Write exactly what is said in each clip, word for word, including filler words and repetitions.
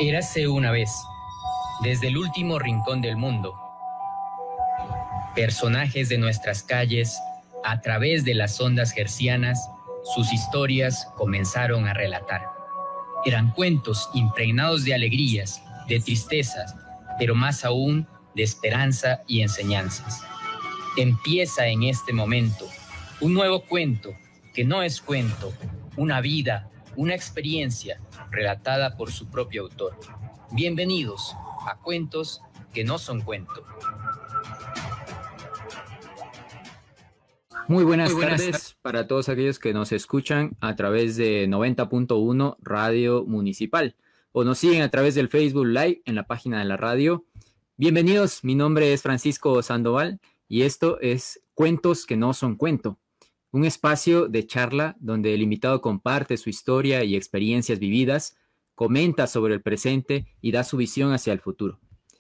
Érase una vez, desde el último rincón del mundo, personajes de nuestras calles, a través de las ondas hercianas, sus historias comenzaron a relatar. Eran cuentos impregnados de alegrías, de tristezas, pero más aún de esperanza y enseñanzas. Empieza en este momento un nuevo cuento que no es cuento, una vida, una experiencia relatada por su propio autor. Bienvenidos a Cuentos que no son cuento. Muy buenas, Muy buenas tardes tar- para todos aquellos que nos escuchan a través de noventa punto uno Radio Municipal o nos siguen a través del Facebook Live en la página de la radio. Bienvenidos, mi nombre es Francisco Sandoval y esto es Cuentos que no son cuento, un espacio de charla donde el invitado comparte su historia y experiencias vividas, comenta sobre el presente y da su visión hacia el futuro.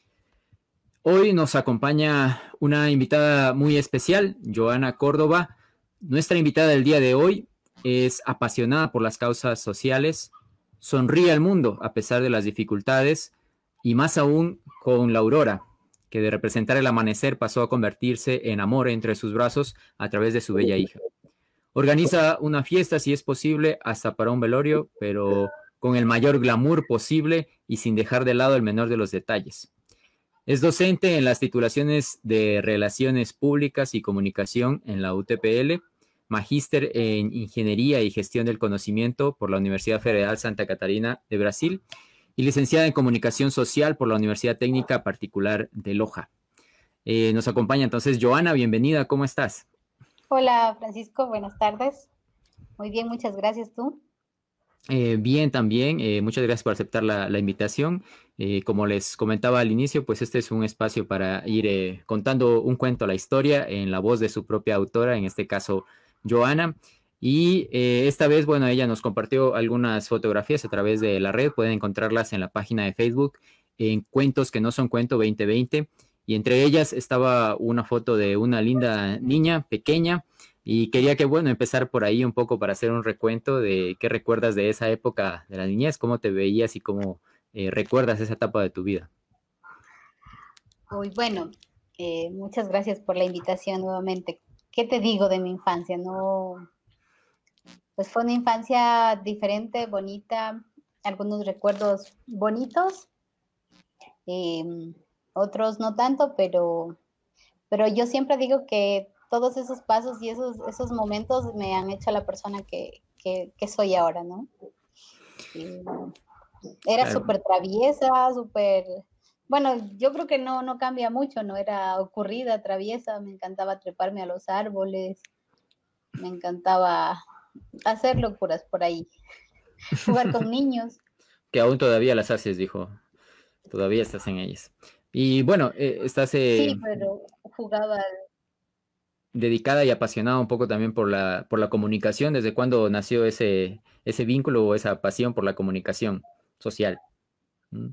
Hoy nos acompaña una invitada muy especial, Joana Córdoba. Nuestra invitada del día de hoy es apasionada por las causas sociales, sonríe al mundo a pesar de las dificultades y más aún con la aurora, que de representar el amanecer pasó a convertirse en amor entre sus brazos a través de su bella hija. Organiza una fiesta, si es posible, hasta para un velorio, pero con el mayor glamour posible y sin dejar de lado el menor de los detalles. Es docente en las titulaciones de Relaciones Públicas y Comunicación en la U T P L, magíster en Ingeniería y Gestión del Conocimiento por la Universidad Federal Santa Catarina de Brasil y licenciada en Comunicación Social por la Universidad Técnica Particular de Loja. Eh, nos acompaña entonces Joana, bienvenida, ¿cómo estás? Hola Francisco, buenas tardes. Muy bien, muchas gracias. ¿Tú? Eh, bien, también. Eh, muchas gracias por aceptar la, la invitación. Eh, como les comentaba al inicio, pues este es un espacio para ir eh, contando un cuento a la historia en la voz de su propia autora, en este caso, Joana. Y eh, esta vez, bueno, ella nos compartió algunas fotografías a través de la red. Pueden encontrarlas en la página de Facebook en Cuentos que no son cuento veinte veinte. Y entre ellas estaba una foto de una linda niña pequeña. Y quería que, bueno, empezar por ahí un poco para hacer un recuento de qué recuerdas de esa época de la niñez, cómo te veías y cómo eh, recuerdas esa etapa de tu vida. Uy, bueno, eh, muchas gracias por la invitación nuevamente. ¿Qué te digo de mi infancia? No, pues fue una infancia diferente, bonita, algunos recuerdos bonitos, eh, otros no tanto, pero, pero yo siempre digo que todos esos pasos y esos, esos momentos me han hecho la persona que, que, que soy ahora, ¿no? Eh, era Claro. súper traviesa, súper... Bueno, yo creo que no, no cambia mucho, ¿no? Era ocurrida, traviesa, me encantaba treparme a los árboles, me encantaba hacer locuras por ahí, jugar con niños. Que aún todavía las haces, dijo. Todavía estás en ellas. Y bueno, eh, estás eh, Sí, pero jugaba... dedicada y apasionada un poco también por la, por la comunicación. ¿Desde cuándo nació ese, ese vínculo o esa pasión por la comunicación social? ¿Mm?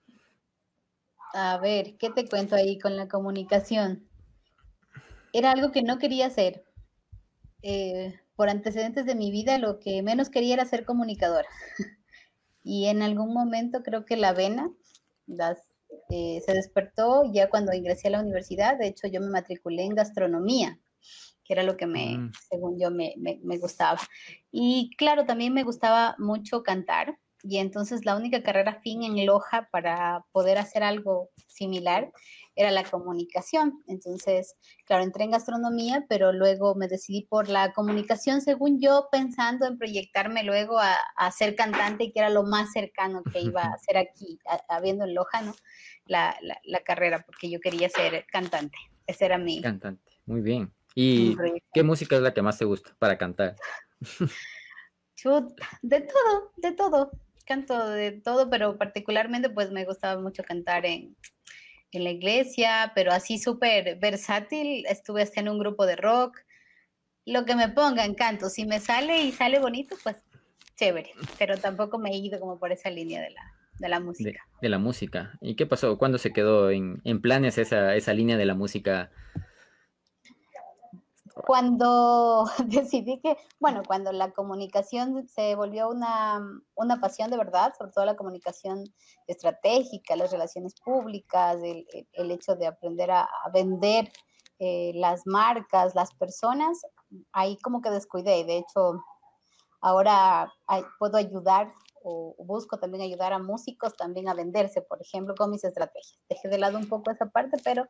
A ver, ¿qué te cuento ahí con la comunicación? Era algo que no quería hacer. Eh, por antecedentes de mi vida, lo que menos quería era ser comunicadora. Y en algún momento creo que la vena las, eh, se despertó ya cuando ingresé a la universidad. De hecho, yo me matriculé en gastronomía, que era lo que me, mm. según yo, me, me, me gustaba. Y claro, también me gustaba mucho cantar. Y entonces la única carrera afín en Loja para poder hacer algo similar era la comunicación. Entonces, claro, entré en gastronomía, pero luego me decidí por la comunicación, según yo, pensando en proyectarme luego a, a ser cantante, que era lo más cercano que iba a hacer aquí, a, habiendo en Loja, ¿no? La, la, la carrera, porque yo quería ser cantante. Ese era mi... Cantante, muy bien. ¿Y qué música es la que más te gusta para cantar? Chut, de todo, de todo. Canto de todo, pero particularmente pues me gustaba mucho cantar en, en la iglesia, pero así súper versátil. Estuve hasta en un grupo de rock. Lo que me pongan, canto. Si me sale y sale bonito, pues chévere. Pero tampoco me he ido como por esa línea de la, de la música. De, de la música. ¿Y qué pasó? ¿Cuándo se quedó en, en planes esa, esa línea de la música? Cuando decidí que, bueno, cuando la comunicación se volvió una, una pasión de verdad, sobre todo la comunicación estratégica, las relaciones públicas, el, el, el hecho de aprender a, a vender eh, las marcas, las personas, ahí como que descuidé. De hecho, ahora hay, puedo ayudar o busco también ayudar a músicos también a venderse, por ejemplo, con mis estrategias. Dejé de lado un poco esa parte, pero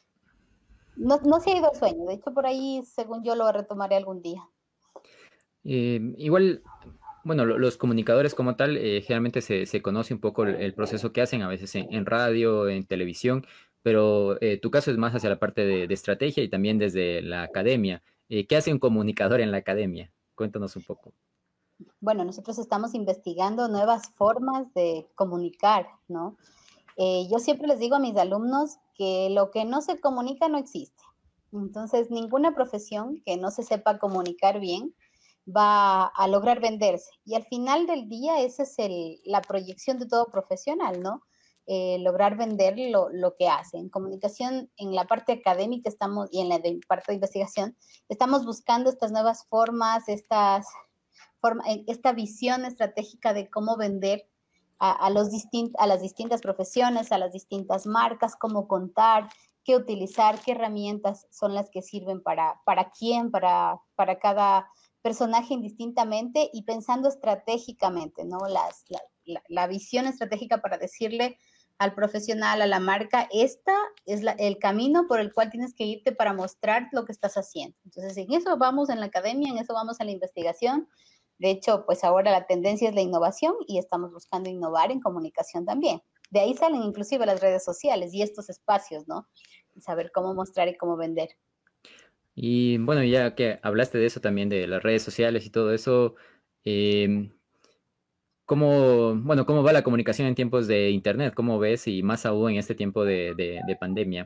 no, no se ha ido el sueño. De hecho, por ahí, según yo, lo retomaré algún día. Eh, igual, bueno, lo, los comunicadores como tal, eh, generalmente se, se conoce un poco el, el, proceso que hacen, a veces en, en radio, en televisión, pero eh, tu caso es más hacia la parte de, de estrategia y también desde la academia. Eh, ¿Qué hace un comunicador en la academia? Cuéntanos un poco. Bueno, nosotros estamos investigando nuevas formas de comunicar, ¿no? Eh, yo siempre les digo a mis alumnos que lo que no se comunica no existe. Entonces, ninguna profesión que no se sepa comunicar bien va a lograr venderse. Y al final del día, esa es el, la proyección de todo profesional, ¿no? Eh, lograr vender lo, lo que hace. En comunicación, en la parte académica estamos, y en la de, parte de investigación, estamos buscando estas nuevas formas, estas, forma, esta visión estratégica de cómo vender a, a, los distint, a las distintas profesiones, a las distintas marcas, cómo contar, qué utilizar, qué herramientas son las que sirven para, para quién, para, para cada personaje indistintamente y pensando estratégicamente, ¿no? Las, la, la, la visión estratégica para decirle al profesional, a la marca, esta es la, el camino por el cual tienes que irte para mostrar lo que estás haciendo. Entonces, en eso vamos en la academia, en eso vamos en la investigación. De hecho, pues ahora la tendencia es la innovación y estamos buscando innovar en comunicación también. De ahí salen inclusive las redes sociales y estos espacios, ¿no? Saber cómo mostrar y cómo vender. Y bueno, ya que hablaste de eso también, de las redes sociales y todo eso, eh, ¿cómo, bueno, ¿cómo va la comunicación en tiempos de Internet? ¿Cómo ves? Y más aún en este tiempo de, de, de pandemia.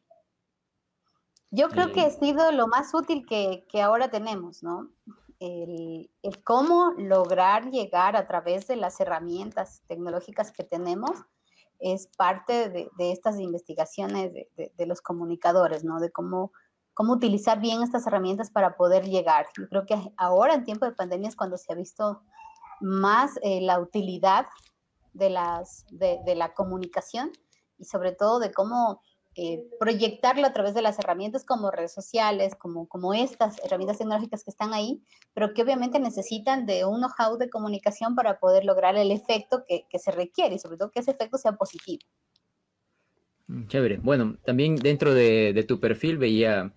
Yo creo eh, que ha sido lo más útil que, que ahora tenemos, ¿no? El, el, cómo lograr llegar a través de las herramientas tecnológicas que tenemos es parte de, de estas investigaciones de, de, de los comunicadores, ¿no? De cómo, cómo utilizar bien estas herramientas para poder llegar. Yo creo que ahora en tiempo de pandemia es cuando se ha visto más eh, la utilidad de, las, de, de la comunicación y sobre todo de cómo eh, proyectarlo a través de las herramientas como redes sociales, como, como estas herramientas tecnológicas que están ahí, pero que obviamente necesitan de un know-how de comunicación para poder lograr el efecto que, que se requiere y sobre todo que ese efecto sea positivo. Chévere. Bueno, también dentro de, de tu perfil veía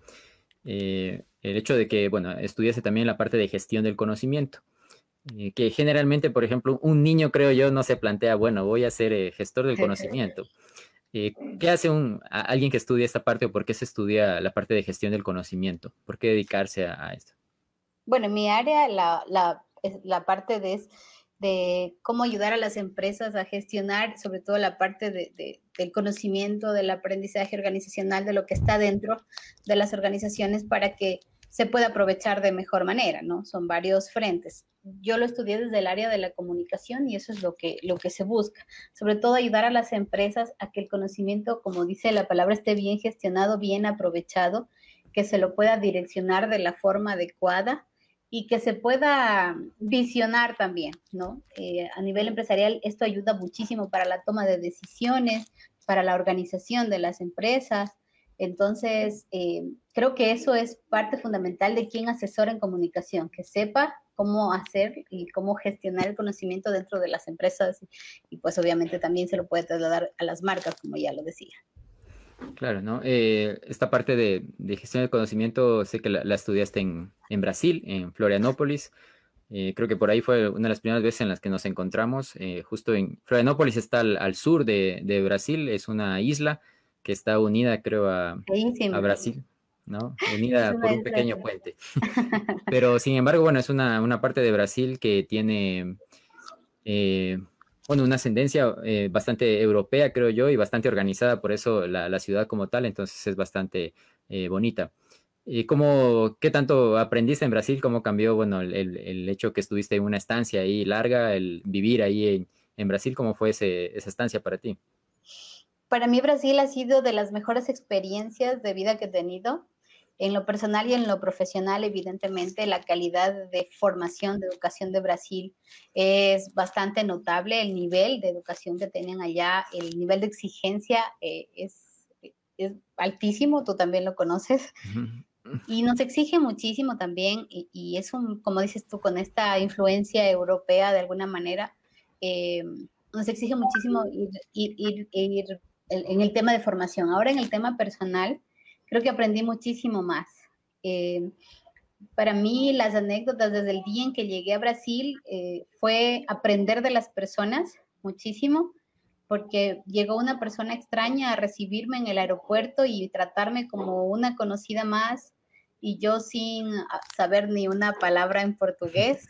eh, el hecho de que, bueno, estudiaste también la parte de gestión del conocimiento. Eh, que generalmente, por ejemplo, un niño, creo yo, no se plantea, bueno, voy a ser eh, gestor del conocimiento. Eh, ¿Qué hace un, a alguien que estudia esta parte o por qué se estudia la parte de gestión del conocimiento? ¿Por qué dedicarse a, a esto? Bueno, en mi área, la, la, la parte de, de cómo ayudar a las empresas a gestionar, sobre todo la parte de, de, del conocimiento, del aprendizaje organizacional, de lo que está dentro de las organizaciones para que se pueda aprovechar de mejor manera, ¿no? Son varios frentes. Yo lo estudié desde el área de la comunicación y eso es lo que, lo que se busca. Sobre todo ayudar a las empresas a que el conocimiento, como dice la palabra, esté bien gestionado, bien aprovechado, que se lo pueda direccionar de la forma adecuada y que se pueda visionar también, ¿no? Eh, a nivel empresarial esto ayuda muchísimo para la toma de decisiones, para la organización de las empresas. Entonces, eh, creo que eso es parte fundamental de quien asesora en comunicación, que sepa cómo hacer y cómo gestionar el conocimiento dentro de las empresas y pues obviamente también se lo puede trasladar a las marcas, como ya lo decía. Claro, ¿no? Eh, esta parte de, de gestión del conocimiento, sé que la, la estudiaste en, en Brasil, en Florianópolis. Eh, creo que por ahí fue una de las primeras veces en las que nos encontramos. Eh, justo en Florianópolis está al, al sur de, de Brasil, es una isla que está unida, creo, a, a Brasil, ¿no? Unida por un pequeño puente. Pero, sin embargo, bueno, es una, una parte de Brasil que tiene, eh, bueno, una ascendencia eh, bastante europea, creo yo, y bastante organizada, por eso la, la ciudad como tal, entonces es bastante eh, bonita. ¿Y cómo, qué tanto aprendiste en Brasil? ¿Cómo cambió, bueno, el, el hecho que estuviste en una estancia ahí larga, el vivir ahí en, en Brasil? ¿Cómo fue ese, esa estancia para ti? Para mí Brasil ha sido de las mejores experiencias de vida que he tenido. En lo personal y en lo profesional, evidentemente, la calidad de formación, de educación de Brasil es bastante notable. El nivel de educación que tienen allá, el nivel de exigencia eh, es, es altísimo, tú también lo conoces. Y nos exige muchísimo también, y, y es un, como dices tú, con esta influencia europea de alguna manera, eh, nos exige muchísimo ir, ir, ir, ir en el tema de formación. Ahora en el tema personal, creo que aprendí muchísimo más. Eh, para mí, las anécdotas desde el día en que llegué a Brasil eh, fue aprender de las personas muchísimo, porque llegó una persona extraña a recibirme en el aeropuerto y tratarme como una conocida más, y yo sin saber ni una palabra en portugués,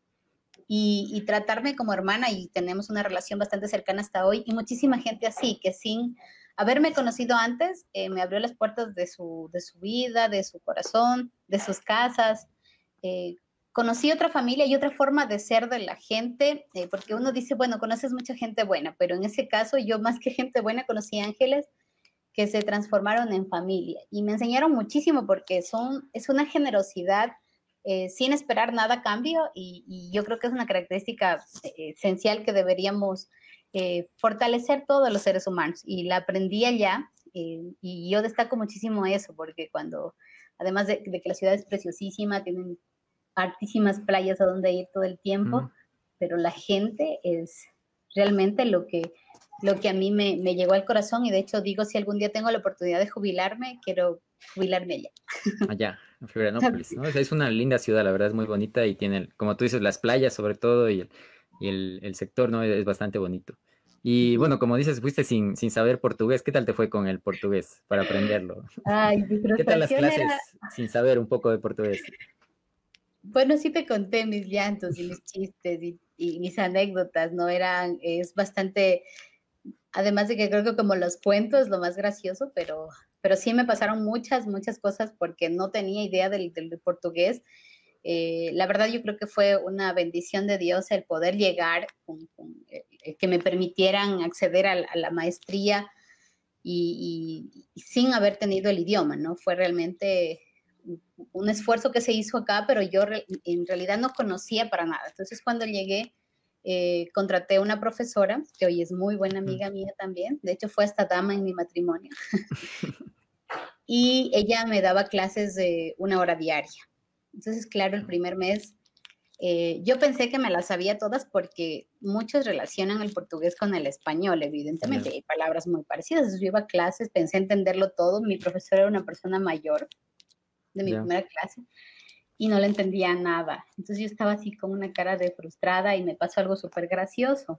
y, y tratarme como hermana, y tenemos una relación bastante cercana hasta hoy, y muchísima gente así, que sin haberme conocido antes, eh, me abrió las puertas de su, de su vida, de su corazón, de sus casas. Eh, conocí otra familia y otra forma de ser de la gente, eh, porque uno dice, bueno, conoces mucha gente buena, pero en ese caso yo más que gente buena conocí ángeles que se transformaron en familia y me enseñaron muchísimo porque son, es una generosidad eh, sin esperar nada a cambio, y, y yo creo que es una característica eh, esencial que deberíamos eh, fortalecer todos los seres humanos, y la aprendí allá, eh, y yo destaco muchísimo eso porque cuando, además de, de que la ciudad es preciosísima, tienen hartísimas playas a donde ir todo el tiempo, mm. pero la gente es realmente lo que, lo que a mí me, me llegó al corazón, y de hecho digo, si algún día tengo la oportunidad de jubilarme, quiero jubilarme allá. Allá, en Florianópolis, ¿no? Es una linda ciudad, la verdad es muy bonita, y tiene, como tú dices, las playas sobre todo, y el, y el, el sector, ¿no? Es bastante bonito. Y bueno, como dices, fuiste sin, sin saber portugués. ¿Qué tal te fue con el portugués para aprenderlo? Ay, mi ¿Qué tal las clases era... sin saber un poco de portugués? Bueno, sí te conté mis llantos y mis chistes y, y mis anécdotas, ¿no? Eran, es bastante, además de que creo que como los cuento es lo más gracioso, pero, pero sí me pasaron muchas, muchas cosas porque no tenía idea del, del portugués. Eh, la verdad yo creo que fue una bendición de Dios el poder llegar, con, con, eh, que me permitieran acceder a, a la maestría y, y, y sin haber tenido el idioma, ¿no? Fue realmente un esfuerzo que se hizo acá, pero yo re, en realidad no conocía para nada. Entonces cuando llegué, eh, contraté una profesora, que hoy es muy buena amiga mía también, de hecho fue hasta dama en mi matrimonio, y ella me daba clases de una hora diaria. Entonces, claro, el primer mes eh, yo pensé que me las sabía todas porque muchos relacionan el portugués con el español, evidentemente, yeah. Hay palabras muy parecidas. Entonces, yo iba a clases, pensé entenderlo todo, mi profesora era una persona mayor de mi yeah. primera clase y no le entendía nada. Entonces yo estaba así con una cara de frustrada y me pasó algo súper gracioso.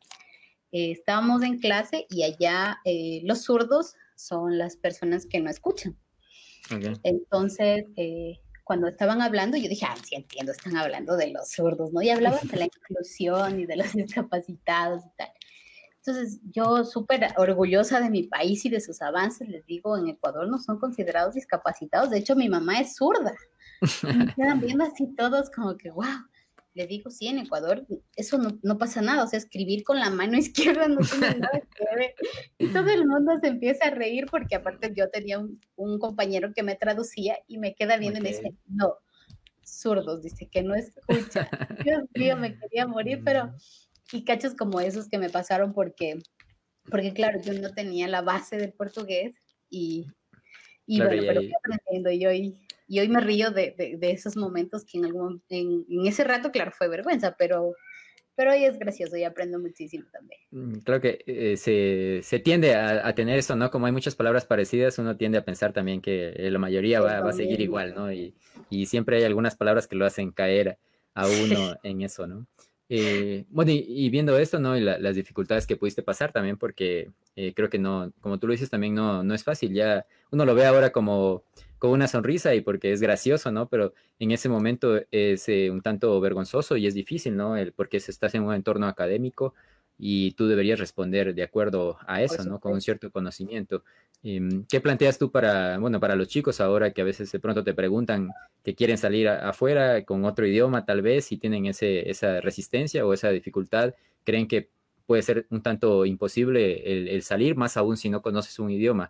Eh, estábamos en clase y allá eh, los zurdos son las personas que no escuchan. Okay. Entonces, eh, cuando estaban hablando, yo dije, ah, sí entiendo, están hablando de los zurdos, ¿no? Y hablaban de la inclusión y de los discapacitados y tal. Entonces, yo súper orgullosa de mi país y de sus avances, les digo, en Ecuador no son considerados discapacitados. De hecho, mi mamá es zurda. Y me quedan viendo así todos como que, wow. Le digo, sí, en Ecuador eso no, no pasa nada. O sea, escribir con la mano izquierda no tiene nada que ver. Y todo el mundo se empieza a reír porque aparte yo tenía un, un compañero que me traducía y me queda viendo okay. Y me dice, no, zurdos, dice que no escucha. Dios mío, me quería morir, pero... Y cachos como esos que me pasaron porque, porque claro, yo no tenía la base del portugués y, y claro, bueno, y pero fui aprendiendo y hoy, y hoy me río de, de, de esos momentos que en, algún, en, en ese rato, claro, fue vergüenza, pero, pero hoy es gracioso y aprendo muchísimo también. Creo que eh, se, se tiende a, a tener eso, ¿no? Como hay muchas palabras parecidas, uno tiende a pensar también que la mayoría va, va a seguir igual, ¿no? Y, y siempre hay algunas palabras que lo hacen caer a uno en eso, ¿no? Eh, bueno, y, y viendo esto, ¿no? Y la, las dificultades que pudiste pasar también, porque eh, creo que no, como tú lo dices, también no, no es fácil. Ya uno lo ve ahora como, como una sonrisa y porque es gracioso, ¿no? Pero en ese momento es eh, un tanto vergonzoso y es difícil, ¿no? El, porque se estás en un entorno académico y tú deberías responder de acuerdo a eso, ¿no? Con un cierto conocimiento. ¿Qué planteas tú para, bueno, para los chicos ahora que a veces de pronto te preguntan que quieren salir a, afuera con otro idioma tal vez y tienen ese, esa resistencia o esa dificultad? ¿Creen que puede ser un tanto imposible el, el salir, más aún si no conoces un idioma?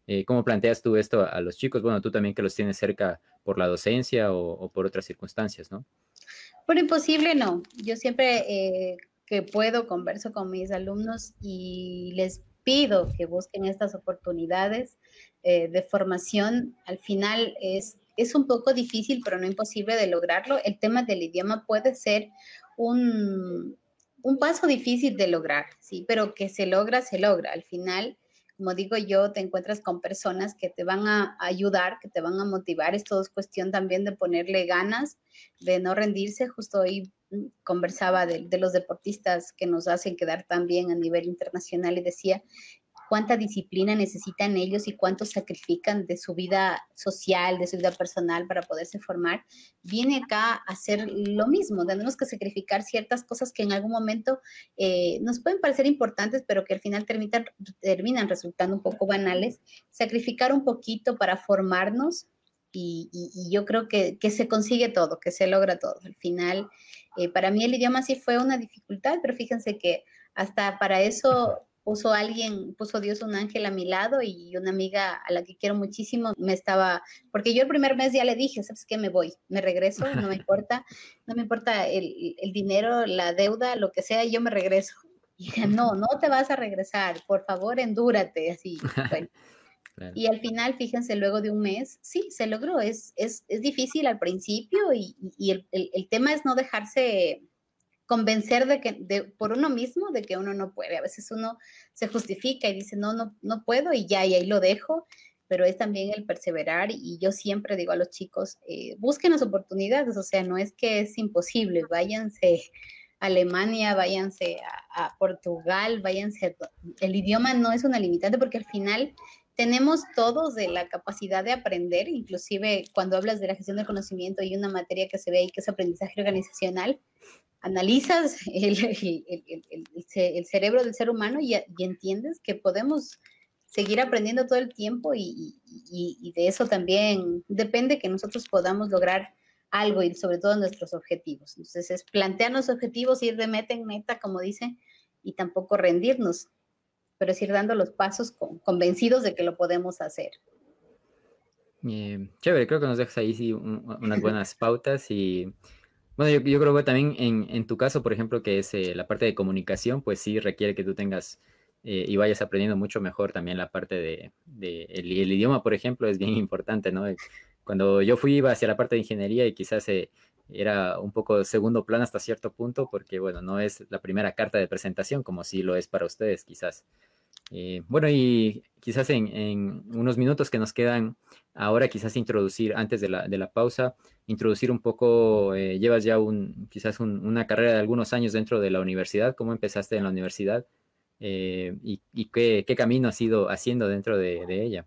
Eh, ¿Cómo planteas tú esto a, a los chicos? Bueno, tú también que los tienes cerca por la docencia o, o por otras circunstancias, ¿no? Por imposible, no. Yo siempre eh, que puedo converso con mis alumnos y les pido que busquen estas oportunidades eh, de formación. Al final es, es un poco difícil, pero no imposible de lograrlo. El tema del idioma puede ser un, un paso difícil de lograr, sí, pero que se logra, se logra. Al final, como digo yo, te encuentras con personas que te van a ayudar, que te van a motivar. Esto es cuestión también de ponerle ganas, de no rendirse. Justo hoy conversaba de, de los deportistas que nos hacen quedar tan bien a nivel internacional y decía cuánta disciplina necesitan ellos y cuánto sacrifican de su vida social, de su vida personal para poderse formar. Viene acá a hacer lo mismo. Tenemos que sacrificar ciertas cosas que en algún momento eh, nos pueden parecer importantes, pero que al final terminan, terminan resultando un poco banales. Sacrificar un poquito para formarnos y, y, y yo creo que, que, se consigue todo, que se logra todo. Al final, eh, para mí el idioma sí fue una dificultad, pero fíjense que hasta para eso puso alguien, puso Dios un ángel a mi lado y una amiga a la que quiero muchísimo me estaba, porque yo el primer mes ya le dije, ¿sabes qué? Me voy, me regreso, no me importa, no me importa el, el dinero, la deuda, lo que sea, yo me regreso. Y dije, no, no te vas a regresar, por favor, endúrate, así, bueno. Claro. Y al final, fíjense, luego de un mes, sí, se logró. Es, es, es difícil al principio y, y el, el, el tema es no dejarse convencer de que, de, por uno mismo de que uno no puede. A veces uno se justifica y dice, no, no, no puedo y ya, y ahí lo dejo, pero es también el perseverar y yo siempre digo a los chicos, eh, busquen las oportunidades, o sea, no es que es imposible, váyanse a Alemania, váyanse a, a Portugal, váyanse, a, el idioma no es una limitante porque al final tenemos todos de la capacidad de aprender, inclusive cuando hablas de la gestión del conocimiento hay una materia que se ve ahí que es aprendizaje organizacional, analizas el, el, el, el, el cerebro del ser humano y, y, entiendes que podemos seguir aprendiendo todo el tiempo y, y, y, de eso también depende que nosotros podamos lograr algo y sobre todo nuestros objetivos. Entonces es plantearnos objetivos, ir de meta en meta, como dicen, y tampoco rendirnos, pero es ir dando los pasos con, convencidos de que lo podemos hacer. Eh, chévere, creo que nos dejas ahí sí, un, unas buenas pautas y bueno, yo, yo creo que también en, en tu caso, por ejemplo, que es eh, la parte de comunicación, pues sí requiere que tú tengas eh, y vayas aprendiendo mucho mejor también la parte de, de el, el idioma, por ejemplo, es bien importante, ¿no? Cuando yo fui iba hacia la parte de ingeniería y quizás eh, era un poco segundo plano hasta cierto punto, porque bueno, no es la primera carta de presentación como sí lo es para ustedes, quizás. Eh, bueno, y quizás en, en, unos minutos que nos quedan ahora, quizás introducir, antes de la, de la pausa, introducir un poco, eh, llevas ya un, quizás un, una carrera de algunos años dentro de la universidad, ¿cómo empezaste en la universidad? Eh, y, y qué, qué camino has ido haciendo dentro de, de ella.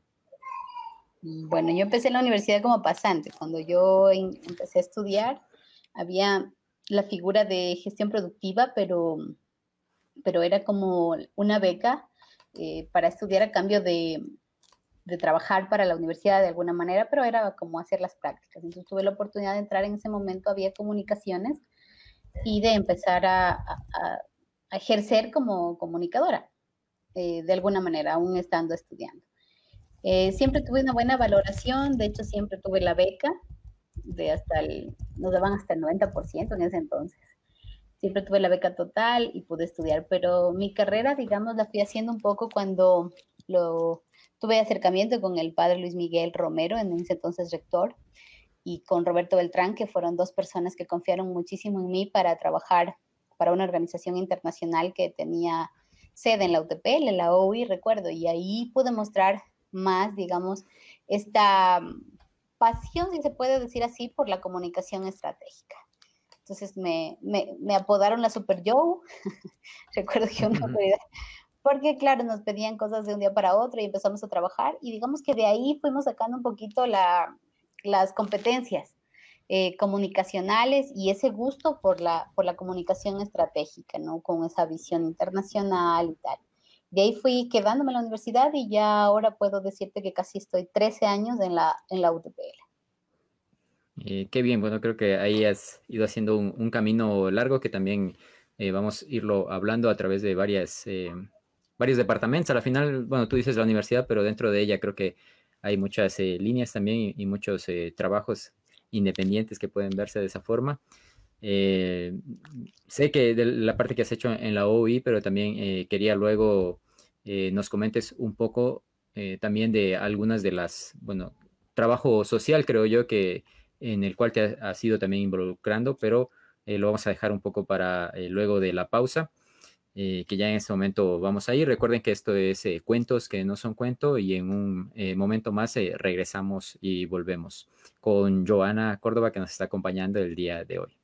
Bueno, yo empecé en la universidad como pasante. Cuando yo en, empecé a estudiar, había la figura de gestión productiva, pero, pero era como una beca eh, para estudiar a cambio de, de trabajar para la universidad de alguna manera, pero era como hacer las prácticas. Entonces tuve la oportunidad de entrar en ese momento, había comunicaciones, y de empezar a, a, a ejercer como comunicadora, eh, de alguna manera, aún estando estudiando. Eh, siempre tuve una buena valoración, de hecho siempre tuve la beca, de hasta el, nos daban hasta el noventa por ciento en ese entonces. Siempre tuve la beca total y pude estudiar, pero mi carrera, digamos, la fui haciendo un poco cuando lo, tuve acercamiento con el padre Luis Miguel Romero, en ese entonces rector, y con Roberto Beltrán, que fueron dos personas que confiaron muchísimo en mí para trabajar para una organización internacional que tenía sede en la U T P, en la O U I, recuerdo, y ahí pude mostrar más, digamos, esta pasión, si se puede decir así, por la comunicación estratégica. Entonces me, me, me apodaron la Super Joe, recuerdo que una autoridad, porque claro, nos pedían cosas de un día para otro y empezamos a trabajar y digamos que de ahí fuimos sacando un poquito la, las competencias eh, comunicacionales y ese gusto por la, por la comunicación estratégica, ¿no? Con esa visión internacional y tal. De ahí fui quedándome en la universidad y ya ahora puedo decirte que casi estoy trece años en la, en la U T P L. Eh, qué bien, bueno, creo que ahí has ido haciendo un, un camino largo que también eh, vamos a irlo hablando a través de varias, eh, varios departamentos. A la final, bueno, tú dices la universidad, pero dentro de ella creo que hay muchas eh, líneas también y, y muchos eh, trabajos independientes que pueden verse de esa forma. Eh, sé que de la parte que has hecho en la O I, pero también eh, quería luego eh, nos comentes un poco eh, también de algunas de las, bueno, trabajo social creo yo que en el cual te has, has ido también involucrando, pero eh, lo vamos a dejar un poco para eh, luego de la pausa. Eh, que ya en este momento vamos a ir. Recuerden que esto es eh, cuentos que no son cuento y en un eh, momento más eh, regresamos y volvemos con Joana Córdoba que nos está acompañando el día de hoy.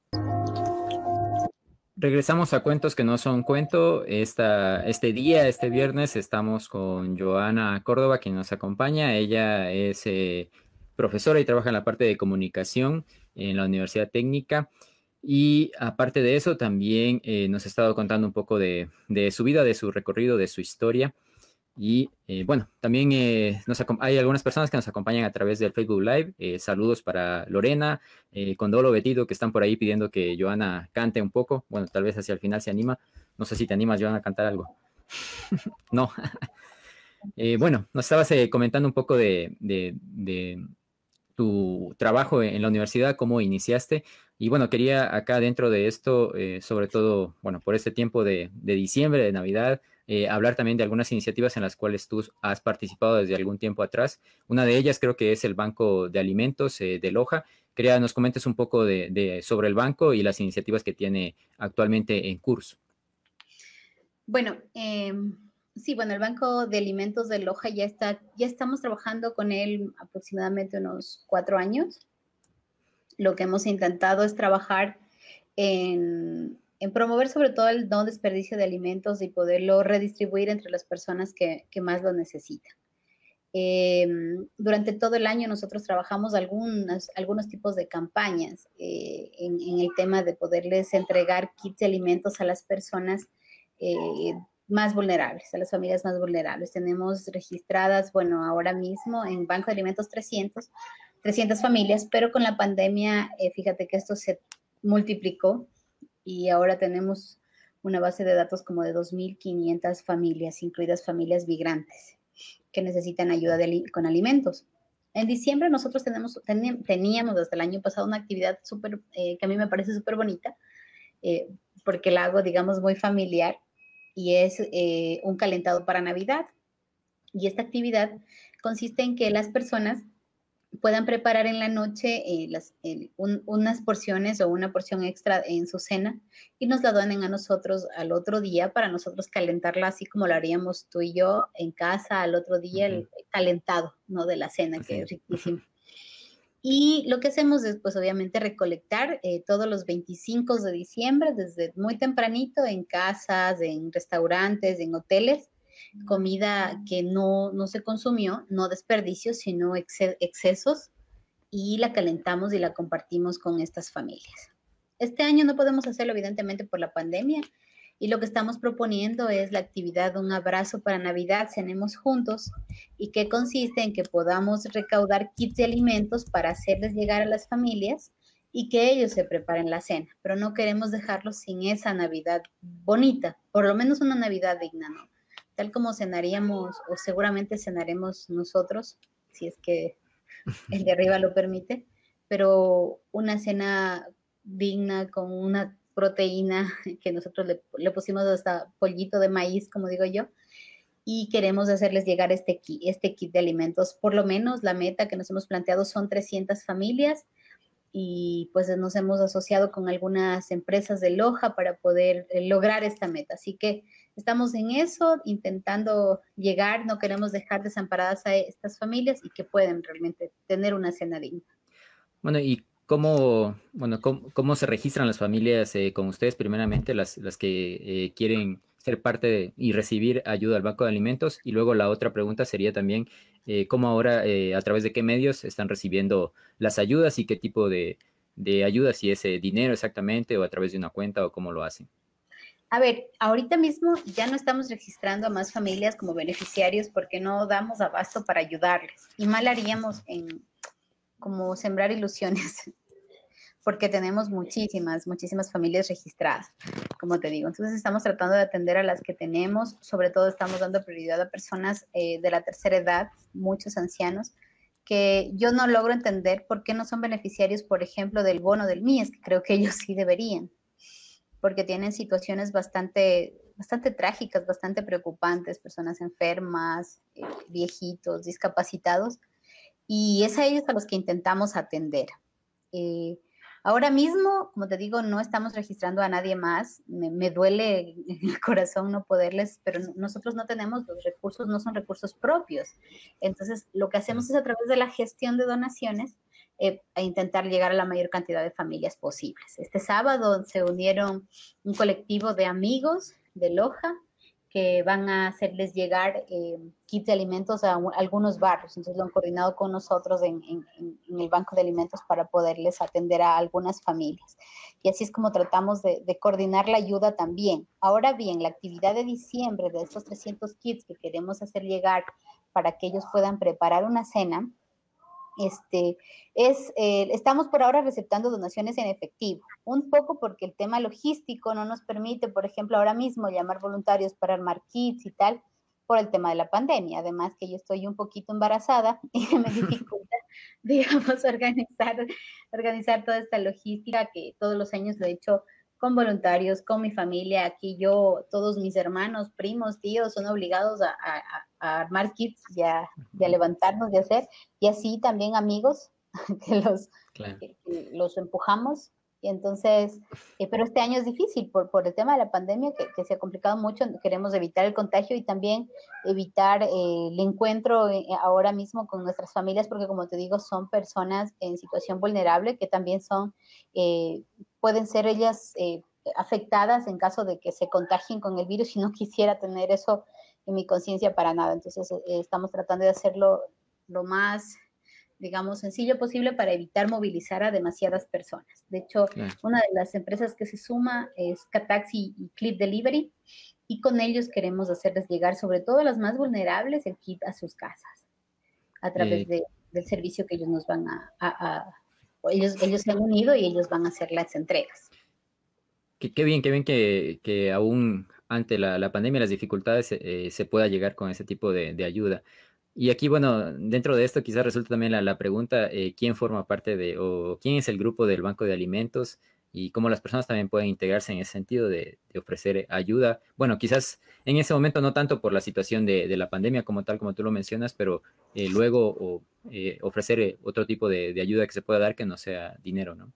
Regresamos a Cuentos que no son cuento. Esta, este día, este viernes, estamos con Joana Córdoba, quien nos acompaña. Ella es eh, profesora y trabaja en la parte de comunicación en la Universidad Técnica. Y aparte de eso, también eh, nos ha estado contando un poco de, de su vida, de su recorrido, de su historia. Y eh, bueno, también eh, nos hay algunas personas que nos acompañan a través del Facebook Live. Eh, saludos para Lorena, eh, Condolo, Betito, que están por ahí pidiendo que Joana cante un poco. Bueno, tal vez hacia el final se anima. No sé si te animas, Joana, a cantar algo. No. eh, bueno, nos estabas eh, comentando un poco de, de, de tu trabajo en la universidad, cómo iniciaste. Y bueno, quería acá dentro de esto, eh, sobre todo, bueno, por este tiempo de, de diciembre, de Navidad, eh, hablar también de algunas iniciativas en las cuales tú has participado desde algún tiempo atrás. Una de ellas creo que es el Banco de Alimentos eh, de Loja. Quería nos comentes un poco de, de, sobre el banco y las iniciativas que tiene actualmente en curso. Bueno, eh, sí, bueno, el Banco de Alimentos de Loja ya está, ya estamos trabajando con él aproximadamente unos cuatro años. Lo que hemos intentado es trabajar en, en promover sobre todo el no desperdicio de alimentos y poderlo redistribuir entre las personas que, que más lo necesitan. Eh, durante todo el año nosotros trabajamos algunos, algunos tipos de campañas eh, en, en el tema de poderles entregar kits de alimentos a las personas eh, más vulnerables, a las familias más vulnerables. Tenemos registradas, bueno, ahora mismo en Banco de Alimentos trescientas familias, pero con la pandemia, eh, fíjate que esto se multiplicó y ahora tenemos una base de datos como de dos mil quinientas familias, incluidas familias migrantes, que necesitan ayuda de, con alimentos. En diciembre nosotros tenemos, ten, teníamos hasta el año pasado una actividad súper, eh, que a mí me parece súper bonita, eh, porque la hago, digamos, muy familiar, y es eh, un calentado para Navidad. Y esta actividad consiste en que las personas puedan preparar en la noche eh, las, eh, un, unas porciones o una porción extra en su cena y nos la donen a nosotros al otro día para nosotros calentarla así como lo haríamos tú y yo en casa al otro día, uh-huh. el calentado, ¿no? De la cena, okay. Que es riquísimo. Y lo que hacemos es, pues, obviamente, recolectar eh, todos los veinticinco de diciembre, desde muy tempranito, en casas, en restaurantes, en hoteles, comida que no, no se consumió, no desperdicios, sino ex- excesos, y la calentamos y la compartimos con estas familias. Este año no podemos hacerlo, evidentemente, por la pandemia, y lo que estamos proponiendo es la actividad Un Abrazo para Navidad, Cenemos Juntos, y que consiste en que podamos recaudar kits de alimentos para hacerles llegar a las familias y que ellos se preparen la cena, pero no queremos dejarlos sin esa Navidad bonita, por lo menos una Navidad digna, ¿no? Tal como cenaríamos, o seguramente cenaremos nosotros, si es que el de arriba lo permite, pero una cena digna con una proteína que nosotros le, le pusimos hasta pollito de maíz, como digo yo, y queremos hacerles llegar este kit, este kit de alimentos. Por lo menos la meta que nos hemos planteado son trescientas familias, y pues nos hemos asociado con algunas empresas de Loja para poder eh, lograr esta meta. Así que estamos en eso, intentando llegar, no queremos dejar desamparadas a estas familias y que pueden realmente tener una cena digna. Bueno, y cómo, bueno, cómo, cómo se registran las familias eh, con ustedes, primeramente, las, las que eh, quieren ser parte de, y recibir ayuda al Banco de Alimentos, y luego la otra pregunta sería también eh, cómo ahora, eh, a través de qué medios están recibiendo las ayudas y qué tipo de, de ayuda, si es eh, dinero exactamente o a través de una cuenta o cómo lo hacen. A ver, ahorita mismo ya no estamos registrando a más familias como beneficiarios porque no damos abasto para ayudarles, y mal haríamos en como sembrar ilusiones, porque tenemos muchísimas, muchísimas familias registradas. como te digo. Entonces estamos tratando de atender a las que tenemos, sobre todo estamos dando prioridad a personas eh, de la tercera edad, muchos ancianos, que yo no logro entender por qué no son beneficiarios, por ejemplo, del bono del M I E S, que creo que ellos sí deberían, porque tienen situaciones bastante, bastante trágicas, bastante preocupantes, personas enfermas, eh, viejitos, discapacitados, y es a ellos a los que intentamos atender. Eh, ahora mismo, como te digo, no estamos registrando a nadie más. Me, me duele en el corazón no poderles, pero no, nosotros no tenemos los recursos, no son recursos propios. Entonces, lo que hacemos es a través de la gestión de donaciones, eh, a intentar llegar a la mayor cantidad de familias posibles. Este sábado se unieron un colectivo de amigos de Loja, que van a hacerles llegar eh, kits de alimentos a un, algunos barrios. Entonces lo han coordinado con nosotros en, en, en el Banco de Alimentos para poderles atender a algunas familias. Y así es como tratamos de, de coordinar la ayuda también. Ahora bien, la actividad de diciembre de estos trescientos kits que queremos hacer llegar para que ellos puedan preparar una cena, Este, es, eh, estamos por ahora receptando donaciones en efectivo, un poco porque el tema logístico no nos permite, por ejemplo, ahora mismo llamar voluntarios para armar kits y tal, por el tema de la pandemia. Además que yo estoy un poquito embarazada y me dificulta, digamos, organizar, organizar toda esta logística que todos los años lo he hecho con voluntarios, con mi familia. Aquí yo, todos mis hermanos, primos, tíos son obligados a, a, a armar kits y a, y a levantarnos y hacer. Y así también amigos que los, Claro. que, que los empujamos. Y entonces, eh, pero este año es difícil por, por el tema de la pandemia que, que se ha complicado mucho. Queremos evitar el contagio y también evitar eh, el encuentro eh, ahora mismo con nuestras familias, porque como te digo, son personas en situación vulnerable que también son, eh, pueden ser ellas eh, afectadas en caso de que se contagien con el virus, y no quisiera tener eso en mi conciencia para nada. Entonces eh, estamos tratando de hacerlo lo más, digamos, sencillo posible para evitar movilizar a demasiadas personas. De hecho, Claro. una de las empresas que se suma es Cataxi y Clip Delivery, y con ellos queremos hacerles llegar, sobre todo a las más vulnerables, el kit a sus casas, a través Eh, de, del servicio que ellos nos van a... a, a ellos, ellos se han unido y ellos van a hacer las entregas. Qué, qué bien, qué bien que, que aún ante la, la pandemia, las dificultades, eh, se pueda llegar con ese tipo de, de ayuda. Y aquí, bueno, dentro de esto quizás resulta también la, la pregunta, eh, ¿quién forma parte de, o quién es el grupo del Banco de Alimentos y cómo las personas también pueden integrarse en ese sentido de, de ofrecer ayuda? Bueno, quizás en ese momento no tanto por la situación de, de la pandemia como tal, como tú lo mencionas, pero eh, luego o, eh, ofrecer eh, otro tipo de, de ayuda que se pueda dar que no sea dinero, ¿no?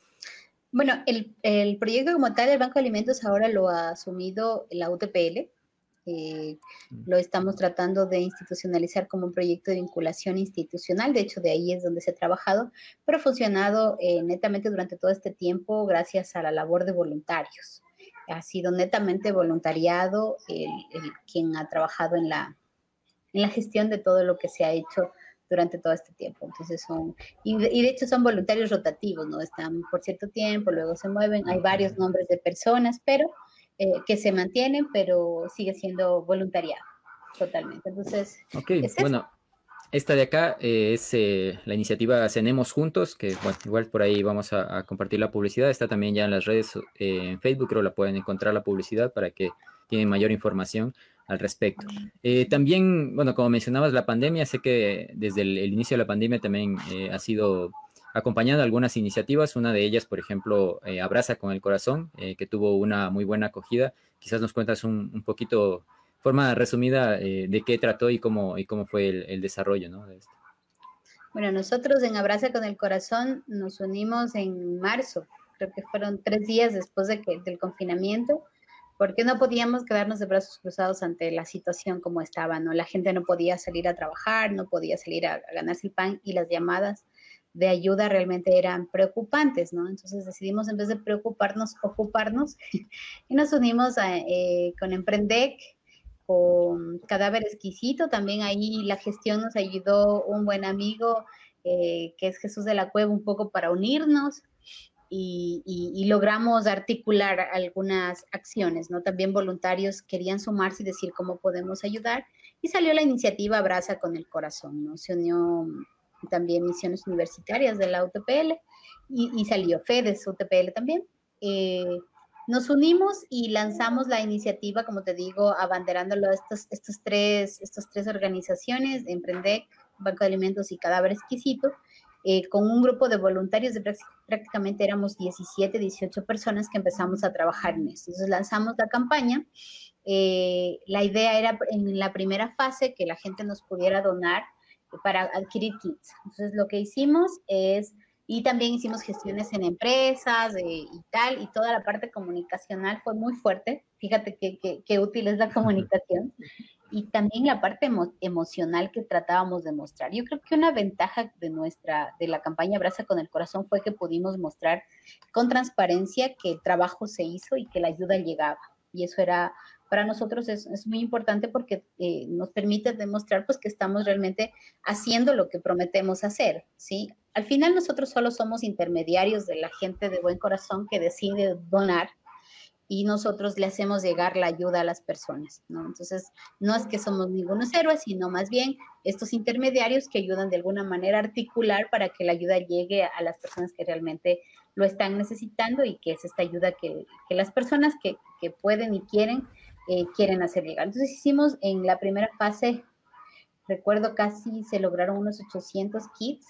Bueno, el, el proyecto como tal, el Banco de Alimentos, ahora lo ha asumido la U T P L. Eh, lo estamos tratando de institucionalizar como un proyecto de vinculación institucional. De hecho, de ahí es donde se ha trabajado, pero ha funcionado eh, netamente durante todo este tiempo gracias a la labor de voluntarios. Ha sido netamente voluntariado el, el quien ha trabajado en la, en la gestión de todo lo que se ha hecho durante todo este tiempo. Entonces son, y de, y de hecho son voluntarios rotativos, ¿no? Están por cierto tiempo, luego se mueven, hay varios nombres de personas, pero eh, que se mantienen, pero sigue siendo voluntariado totalmente. Entonces, Ok, es eso. bueno, esta de acá eh, es eh, la iniciativa Cenemos Juntos, que bueno, igual por ahí vamos a, a compartir la publicidad. Está también ya en las redes, eh, en Facebook, creo la pueden encontrar la publicidad para que tienen mayor información al respecto. Eh, también, bueno, como mencionabas, la pandemia, sé que desde el, el inicio de la pandemia también eh, ha sido acompañando algunas iniciativas. Una de ellas, por ejemplo, eh, Abraza con el Corazón, eh, que tuvo una muy buena acogida. Quizás nos cuentas un, un poquito, forma resumida, eh, de qué trató y cómo, y cómo fue el, el desarrollo, ¿no? De esto. Bueno, nosotros en Abraza con el Corazón nos unimos en marzo, creo que fueron tres días después de que, del confinamiento, porque no podíamos quedarnos de brazos cruzados ante la situación como estaba, ¿no? La gente no podía salir a trabajar, no podía salir a, a ganarse el pan, y las llamadas de ayuda realmente eran preocupantes, ¿no? Entonces decidimos, en vez de preocuparnos, ocuparnos, y nos unimos a, eh, con Emprendec, con Cadáver Exquisito. También ahí la gestión nos ayudó un buen amigo, eh, que es Jesús de la Cueva, un poco para unirnos. Y, y, y logramos articular algunas acciones, ¿no? También voluntarios querían sumarse y decir cómo podemos ayudar, y salió la iniciativa Abraza con el Corazón, ¿no? Se unió también Misiones Universitarias de la U T P L, y, y salió FEDES U T P L también. Eh, nos unimos y lanzamos la iniciativa, como te digo, abanderándolo a estos, estos, tres, estos tres organizaciones, Emprendec, Banco de Alimentos y Cadáver Exquisito, eh, con un grupo de voluntarios, de prácticamente éramos diecisiete, dieciocho personas que empezamos a trabajar en esto. Entonces lanzamos la campaña. Eh, la idea era en la primera fase que la gente nos pudiera donar para adquirir kits. Entonces lo que hicimos es, y también hicimos gestiones en empresas eh, y tal, y toda la parte comunicacional fue muy fuerte. Fíjate qué que, que útil es la comunicación. Y también la parte emo emocional que tratábamos de mostrar. Yo creo que una ventaja de nuestra, de la campaña Abraza con el Corazón fue que pudimos mostrar con transparencia que el trabajo se hizo y que la ayuda llegaba. Y eso era, para nosotros es, es muy importante porque eh, nos permite demostrar pues que estamos realmente haciendo lo que prometemos hacer, ¿sí? Al final nosotros solo somos intermediarios de la gente de buen corazón que decide donar, y nosotros le hacemos llegar la ayuda a las personas, ¿no? Entonces, no es que somos ningunos héroes, sino más bien estos intermediarios que ayudan de alguna manera articular para que la ayuda llegue a las personas que realmente lo están necesitando y que es esta ayuda que, que las personas que, que pueden y quieren, eh, quieren hacer llegar. Entonces, hicimos en la primera fase, recuerdo casi se lograron unos ochocientos kits,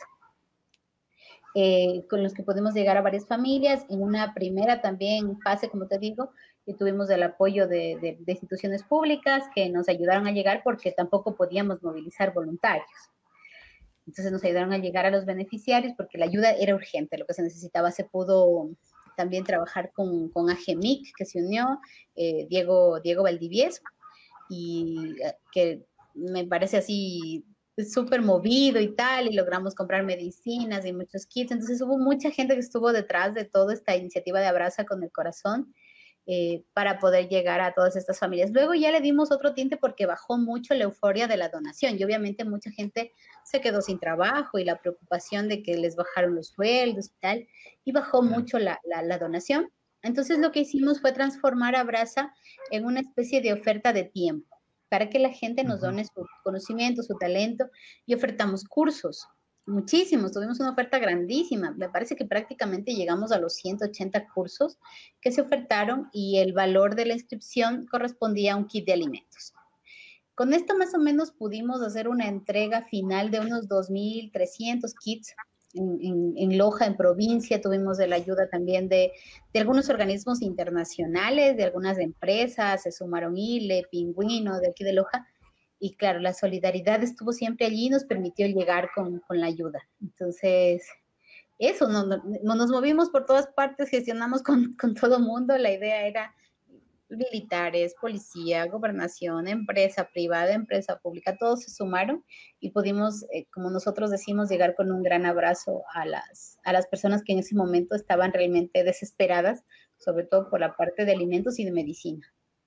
Eh, con los que podemos llegar a varias familias. En una primera también fase, como te digo, y tuvimos el apoyo de, de, de instituciones públicas que nos ayudaron a llegar porque tampoco podíamos movilizar voluntarios. Entonces nos ayudaron a llegar a los beneficiarios porque la ayuda era urgente, lo que se necesitaba. Se pudo también trabajar con, con AGEMIC, que se unió, eh, Diego, Diego Valdivieso, y eh, que me parece así súper movido y tal, y logramos comprar medicinas y muchos kits. Entonces hubo mucha gente que estuvo detrás de toda esta iniciativa de Abraza con el Corazón eh, para poder llegar a todas estas familias. Luego ya le dimos otro tinte porque bajó mucho la euforia de la donación y obviamente mucha gente se quedó sin trabajo y la preocupación de que les bajaron los sueldos y tal, y bajó mucho la, la, la donación. Entonces lo que hicimos fue transformar Abraza en una especie de oferta de tiempo para que la gente nos done su conocimiento, su talento, y ofertamos cursos, muchísimos, tuvimos una oferta grandísima, me parece que prácticamente llegamos a los ciento ochenta cursos que se ofertaron y el valor de la inscripción correspondía a un kit de alimentos. Con esto más o menos pudimos hacer una entrega final de unos dos mil trescientos kits. En, en, en Loja, en provincia, tuvimos de la ayuda también de, de algunos organismos internacionales, de algunas empresas, se sumaron I L E, Pingüino, de aquí de Loja, y claro, la solidaridad estuvo siempre allí y nos permitió llegar con, con la ayuda. Entonces, eso, no, no, no nos movimos por todas partes, gestionamos con, con todo mundo, la idea era militares, policía, gobernación, empresa privada, empresa pública, todos se sumaron y pudimos, eh, como nosotros decimos, llegar con un gran abrazo a las, a las personas que en ese momento estaban realmente desesperadas, sobre todo por la parte de alimentos y de medicina.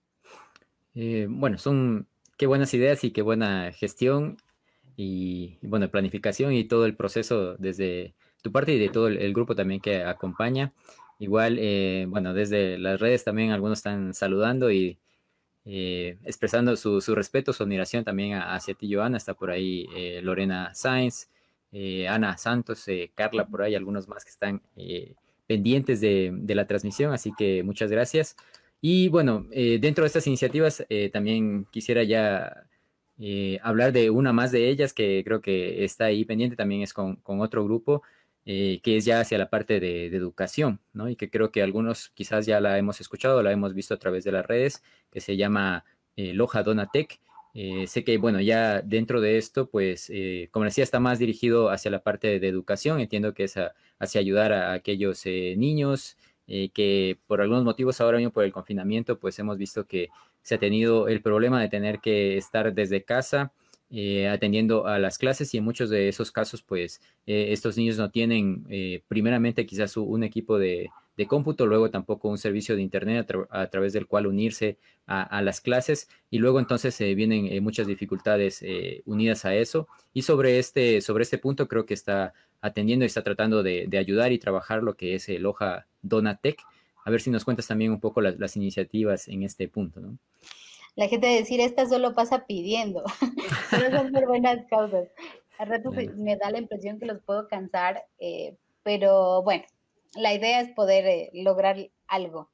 Eh, bueno, son qué buenas ideas y qué buena gestión y, y bueno, planificación y todo el proceso desde tu parte y de todo el, el grupo también que acompaña. Igual, eh, bueno, desde las redes también algunos están saludando y eh, expresando su, su respeto, su admiración también a, hacia ti, Joana. Está por ahí eh, Lorena Sáenz, eh, Ana Santos, eh, Carla, por ahí, algunos más que están eh, pendientes de, de, la transmisión. Así que muchas gracias. Y bueno, eh, dentro de estas iniciativas eh, también quisiera ya eh, hablar de una más de ellas que creo que está ahí pendiente, también es con, con otro grupo. Eh, que es ya hacia la parte de, de educación, ¿no? Y que creo que algunos quizás ya la hemos escuchado, la hemos visto a través de las redes, que se llama eh, Loja Donatec. Eh, sé que, bueno, ya dentro de esto, pues, eh, como decía, está más dirigido hacia la parte de educación. Entiendo que es a, hacia ayudar a aquellos eh, niños eh, que por algunos motivos ahora mismo por el confinamiento, pues hemos visto que se ha tenido el problema de tener que estar desde casa, Eh, atendiendo a las clases y en muchos de esos casos pues eh, estos niños no tienen eh, primeramente quizás un equipo de, de cómputo, luego tampoco un servicio de internet a, tra a través del cual unirse a, a las clases y luego entonces eh, vienen eh, muchas dificultades eh, unidas a eso y sobre este, sobre este punto creo que está atendiendo y está tratando de, de ayudar y trabajar lo que es el Loja Donatec. A ver si nos cuentas también un poco las, las iniciativas en este punto, ¿no? La gente de decir, esta solo pasa pidiendo, pero son por buenas causas. A ratos claro. Me da la impresión que los puedo cansar, eh, pero bueno, la idea es poder eh, lograr algo.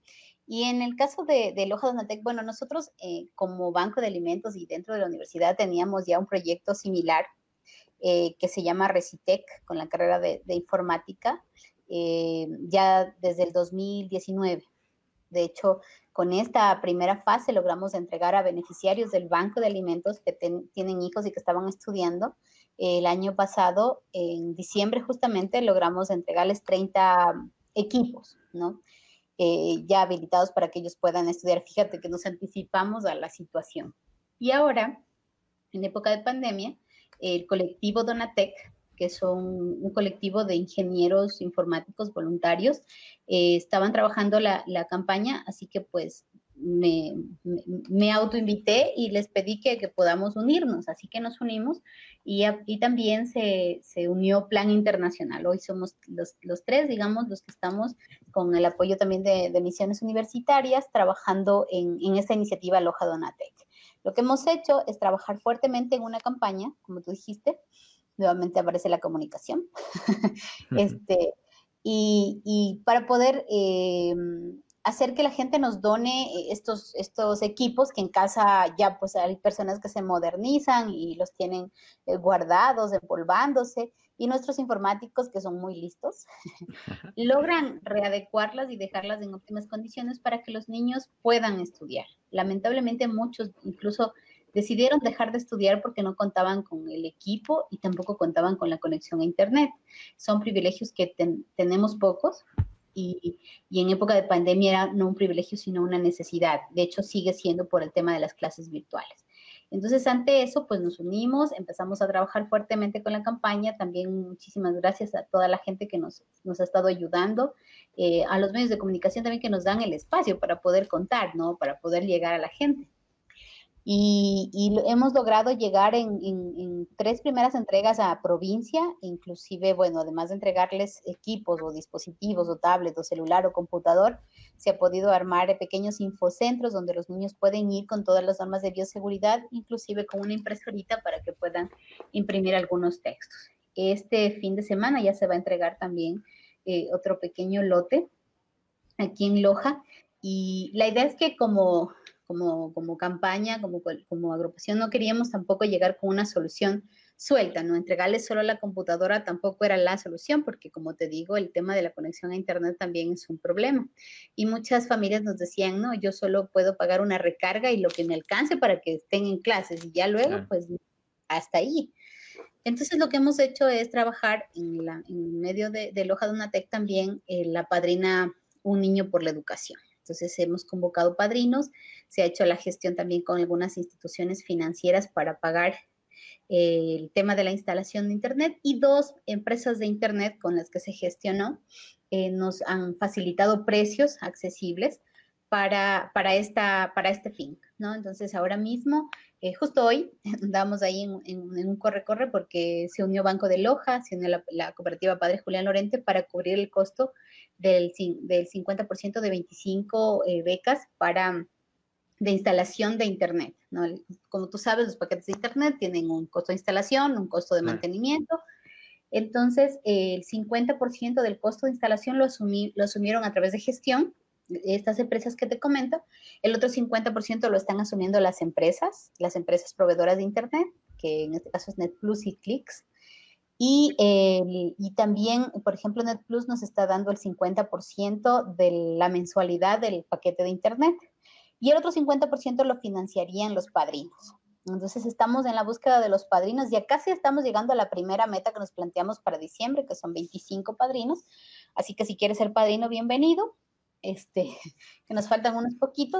Y en el caso de, de Loja Donatec, bueno, nosotros eh, como Banco de Alimentos y dentro de la universidad teníamos ya un proyecto similar eh, que se llama Recitec, con la carrera de, de informática, eh, ya desde el dos mil diecinueve. De hecho, con esta primera fase logramos entregar a beneficiarios del Banco de Alimentos que ten, tienen hijos y que estaban estudiando. El año pasado, en diciembre justamente, logramos entregarles treinta equipos, ¿no? Eh, ya habilitados para que ellos puedan estudiar. Fíjate que nos anticipamos a la situación. Y ahora, en época de pandemia, el colectivo Donatec, que son un colectivo de ingenieros informáticos voluntarios, eh, estaban trabajando la, la campaña, así que pues me, me, me autoinvité y les pedí que, que podamos unirnos, así que nos unimos y, y también se, se unió Plan Internacional. Hoy somos los, los tres, digamos, los que estamos con el apoyo también de, de misiones universitarias trabajando en, en esta iniciativa Loja Donatec. Lo que hemos hecho es trabajar fuertemente en una campaña, como tú dijiste, nuevamente aparece la comunicación, este, y, y, para poder eh, hacer que la gente nos done estos, estos equipos que en casa ya pues hay personas que se modernizan y los tienen eh, guardados, empolvándose, y nuestros informáticos que son muy listos, logran readecuarlas y dejarlas en óptimas condiciones para que los niños puedan estudiar. Lamentablemente muchos incluso decidieron dejar de estudiar porque no contaban con el equipo y tampoco contaban con la conexión a internet. Son privilegios que ten, tenemos pocos y, y en época de pandemia era no un privilegio sino una necesidad. De hecho sigue siendo por el tema de las clases virtuales. Entonces, ante eso, pues nos unimos, empezamos a trabajar fuertemente con la campaña. También muchísimas gracias a toda la gente que nos, nos ha estado ayudando, eh, a los medios de comunicación también que nos dan el espacio para poder contar, ¿no? Para poder llegar a la gente. Y, y hemos logrado llegar en, en, en tres primeras entregas a provincia, inclusive, bueno, además de entregarles equipos o dispositivos o tablet o celular o computador, se ha podido armar pequeños infocentros donde los niños pueden ir con todas las normas de bioseguridad, inclusive con una impresorita para que puedan imprimir algunos textos. Este fin de semana ya se va a entregar también eh, otro pequeño lote aquí en Loja, y la idea es que como... Como, como campaña, como, como agrupación, no queríamos tampoco llegar con una solución suelta, ¿no? Entregarles solo la computadora tampoco era la solución, porque como te digo, el tema de la conexión a internet también es un problema. Y muchas familias nos decían, no, yo solo puedo pagar una recarga y lo que me alcance para que estén en clases, y ya luego, claro, pues, hasta ahí. Entonces, lo que hemos hecho es trabajar en, la, en medio de, de Loja Donatec también eh, la padrina Un Niño por la Educación. Entonces, hemos convocado padrinos, se ha hecho la gestión también con algunas instituciones financieras para pagar eh, el tema de la instalación de Internet, y dos empresas de Internet con las que se gestionó eh, nos han facilitado precios accesibles para, para, esta, para este fin, ¿no? Entonces, ahora mismo, eh, justo hoy, andamos ahí en, en, en un corre-corre porque se unió Banco de Loja, se unió la, la cooperativa Padre Julián Lorente para cubrir el costo del, del cincuenta por ciento de veinticinco eh, becas para, de instalación de Internet, ¿no? Como tú sabes, los paquetes de Internet tienen un costo de instalación, un costo de claro. mantenimiento. Entonces, eh, el cincuenta por ciento del costo de instalación lo, asumí, lo asumieron a través de gestión, estas empresas que te comento. El otro cincuenta por ciento lo están asumiendo las empresas, las empresas proveedoras de Internet, que en este caso es NetPlus y Clix. Y, eh, y también, por ejemplo, NetPlus nos está dando el cincuenta por ciento de la mensualidad del paquete de Internet. Y el otro cincuenta por ciento lo financiarían los padrinos. Entonces, estamos en la búsqueda de los padrinos. Ya casi estamos llegando a la primera meta que nos planteamos para diciembre, que son veinticinco padrinos. Así que si quieres ser padrino, bienvenido. Este, que nos faltan unos poquitos.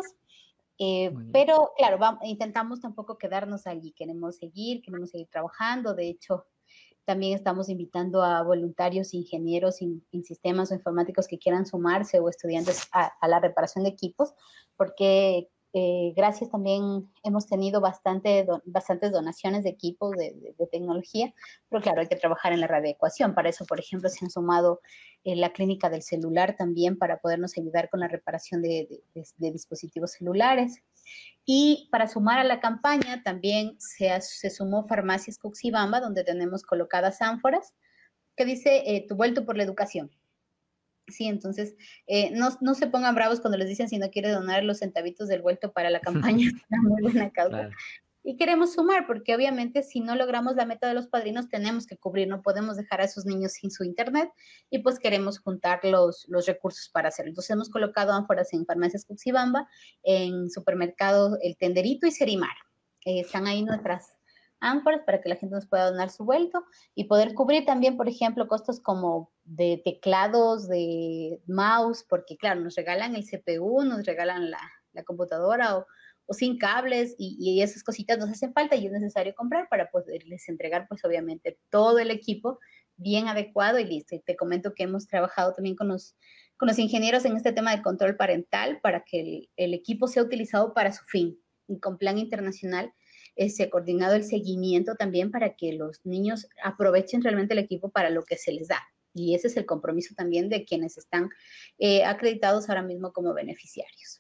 Eh, pero, claro, vamos, intentamos tampoco quedarnos allí. Queremos seguir, queremos seguir trabajando. De hecho, también estamos invitando a voluntarios, ingenieros en, en sistemas o informáticos que quieran sumarse, o estudiantes a, a la reparación de equipos, porque eh, gracias también hemos tenido bastante, do, bastantes donaciones de equipos de, de, de tecnología, pero claro, hay que trabajar en la readecuación. Para eso, por ejemplo, se han sumado eh, la clínica del celular también para podernos ayudar con la reparación de, de, de, de dispositivos celulares. Y para sumar a la campaña también se, se sumó Farmacias Cuxibamba, donde tenemos colocadas ánforas que dice eh, tu vuelto por la educación. Sí, entonces, eh, no, no se pongan bravos cuando les dicen si no quiere donar los centavitos del vuelto para la campaña, es una muy buena causa. Claro. Y queremos sumar, porque obviamente si no logramos la meta de los padrinos, tenemos que cubrir, no podemos dejar a esos niños sin su internet, y pues queremos juntar los, los recursos para hacerlo. Entonces hemos colocado ánforas en farmacias Cuxibamba, en supermercados El Tenderito y Serimar. Eh, están ahí nuestras ánforas para que la gente nos pueda donar su vuelto y poder cubrir también, por ejemplo, costos como de teclados, de mouse, porque claro, nos regalan el C P U, nos regalan la, la computadora o, o sin cables y, y esas cositas nos hacen falta y es necesario comprar para poderles entregar, pues obviamente, todo el equipo bien adecuado y listo. Y te comento que hemos trabajado también con los, con los ingenieros en este tema de control parental para que el, el equipo sea utilizado para su fin y con plan internacional. Eh, se ha coordinado el seguimiento también para que los niños aprovechen realmente el equipo para lo que se les da. Y ese es el compromiso también de quienes están eh, acreditados ahora mismo como beneficiarios.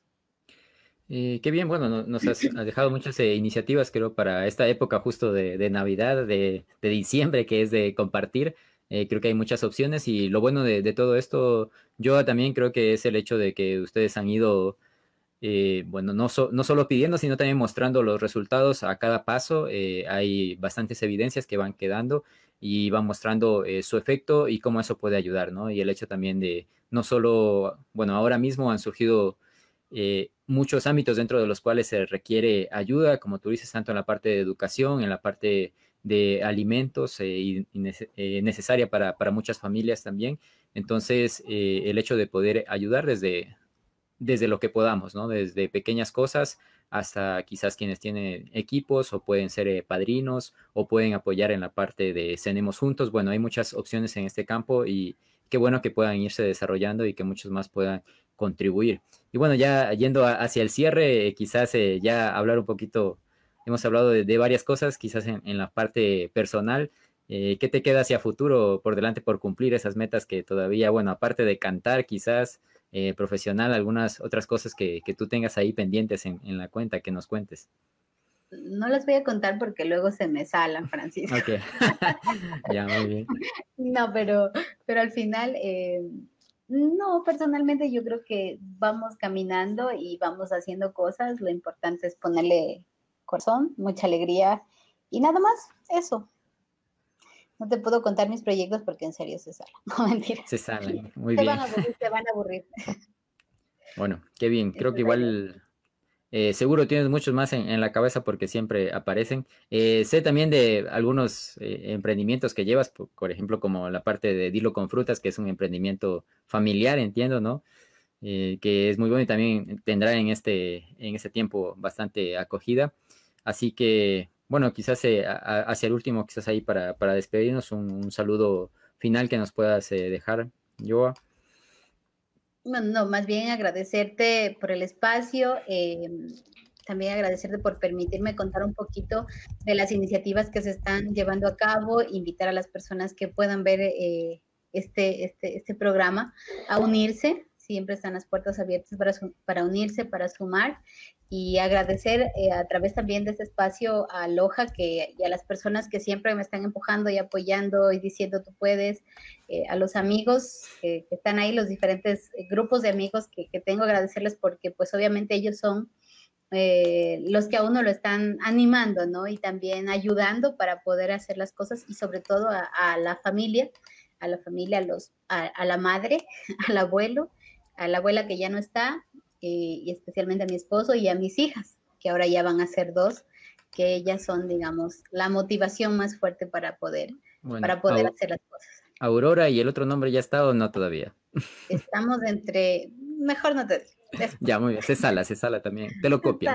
Eh, qué bien, bueno, no, nos has, has dejado muchas eh, iniciativas, creo, para esta época justo de, de Navidad, de, de diciembre, que es de compartir. Eh, creo que hay muchas opciones y lo bueno de, de todo esto, yo también creo que es el hecho de que ustedes han ido... Eh, bueno, no, so, no solo pidiendo, sino también mostrando los resultados a cada paso. Eh, hay bastantes evidencias que van quedando y van mostrando eh, su efecto y cómo eso puede ayudar, ¿no? Y el hecho también de no solo, bueno, ahora mismo han surgido eh, muchos ámbitos dentro de los cuales se requiere ayuda, como tú dices, tanto en la parte de educación, en la parte de alimentos eh, y, y nece eh, necesaria para, para muchas familias también. Entonces, eh, el hecho de poder ayudar desde desde lo que podamos, ¿no? Desde pequeñas cosas hasta quizás quienes tienen equipos o pueden ser eh, padrinos o pueden apoyar en la parte de Cenemos Juntos. Bueno, hay muchas opciones en este campo y qué bueno que puedan irse desarrollando y que muchos más puedan contribuir. Y bueno, ya yendo a, hacia el cierre, eh, quizás eh, ya hablar un poquito, hemos hablado de, de varias cosas, quizás en, en la parte personal. Eh, ¿qué te queda hacia futuro por delante por cumplir esas metas que todavía, bueno, aparte de cantar, quizás eh, profesional, algunas otras cosas que, que tú tengas ahí pendientes en, en la cuenta, que nos cuentes? No las voy a contar porque luego se me salan, Francisco. Ok, ya, muy bien. No, pero, pero al final, eh, no, personalmente yo creo que vamos caminando y vamos haciendo cosas. Lo importante es ponerle corazón, mucha alegría y nada más, eso. No te puedo contar mis proyectos porque en serio se salen. No, mentira. Se salen, muy Se bien. van a aburrir, se van a aburrir. Bueno, qué bien. Creo que igual eh, seguro tienes muchos más en, en la cabeza porque siempre aparecen. Eh, sé también de algunos eh, emprendimientos que llevas, por, por ejemplo, como la parte de Dilo con Frutas, que es un emprendimiento familiar, entiendo, ¿no? Eh, que es muy bueno y también tendrá en este, en este tiempo bastante acogida. Así que, bueno, quizás eh, a, hacia el último, quizás ahí para, para despedirnos, un, un saludo final que nos puedas eh, dejar, Joa. No, no, más bien agradecerte por el espacio, eh, también agradecerte por permitirme contar un poquito de las iniciativas que se están llevando a cabo, invitar a las personas que puedan ver eh, este, este, este programa a unirse. Siempre están las puertas abiertas para, para unirse, para sumar y agradecer eh, a través también de este espacio a Loja que, y a las personas que siempre me están empujando y apoyando y diciendo tú puedes, eh, a los amigos que, que están ahí, los diferentes grupos de amigos que, que tengo, agradecerles porque pues obviamente ellos son eh, los que a uno lo están animando, ¿no? Y también ayudando para poder hacer las cosas y sobre todo a, a la familia, a la familia, a, los, a, a la madre, al abuelo, a la abuela que ya no está, eh, y especialmente a mi esposo y a mis hijas, que ahora ya van a ser dos, que ellas son, digamos, la motivación más fuerte para poder, bueno, para poder hacer las cosas. ¿Aurora y el otro nombre ya está o no todavía? Estamos entre, mejor no te digo. Después. Ya, muy bien, Cesala, Cesala también, te lo copio.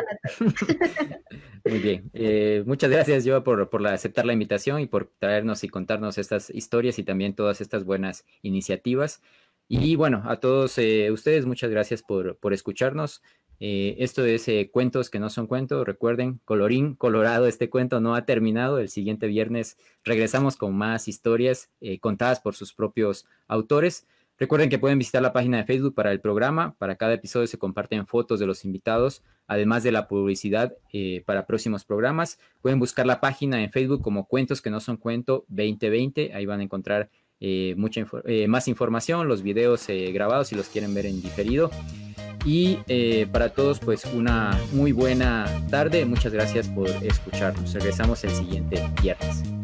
Muy bien, eh, muchas gracias, Joa, por, por la, aceptar la invitación y por traernos y contarnos estas historias y también todas estas buenas iniciativas. Y bueno, a todos eh, ustedes, muchas gracias por, por escucharnos. Eh, esto es eh, Cuentos que no son cuentos. Recuerden, colorín colorado, este cuento no ha terminado. El siguiente viernes regresamos con más historias eh, contadas por sus propios autores. Recuerden que pueden visitar la página de Facebook para el programa. Para cada episodio se comparten fotos de los invitados, además de la publicidad eh, para próximos programas. Pueden buscar la página en Facebook como Cuentos que no son cuento veinte veinte. Ahí van a encontrar eh, mucha infor eh, más información, los videos eh, grabados si los quieren ver en diferido. Y eh, para todos, pues una muy buena tarde. Muchas gracias por escucharnos. Regresamos el siguiente viernes.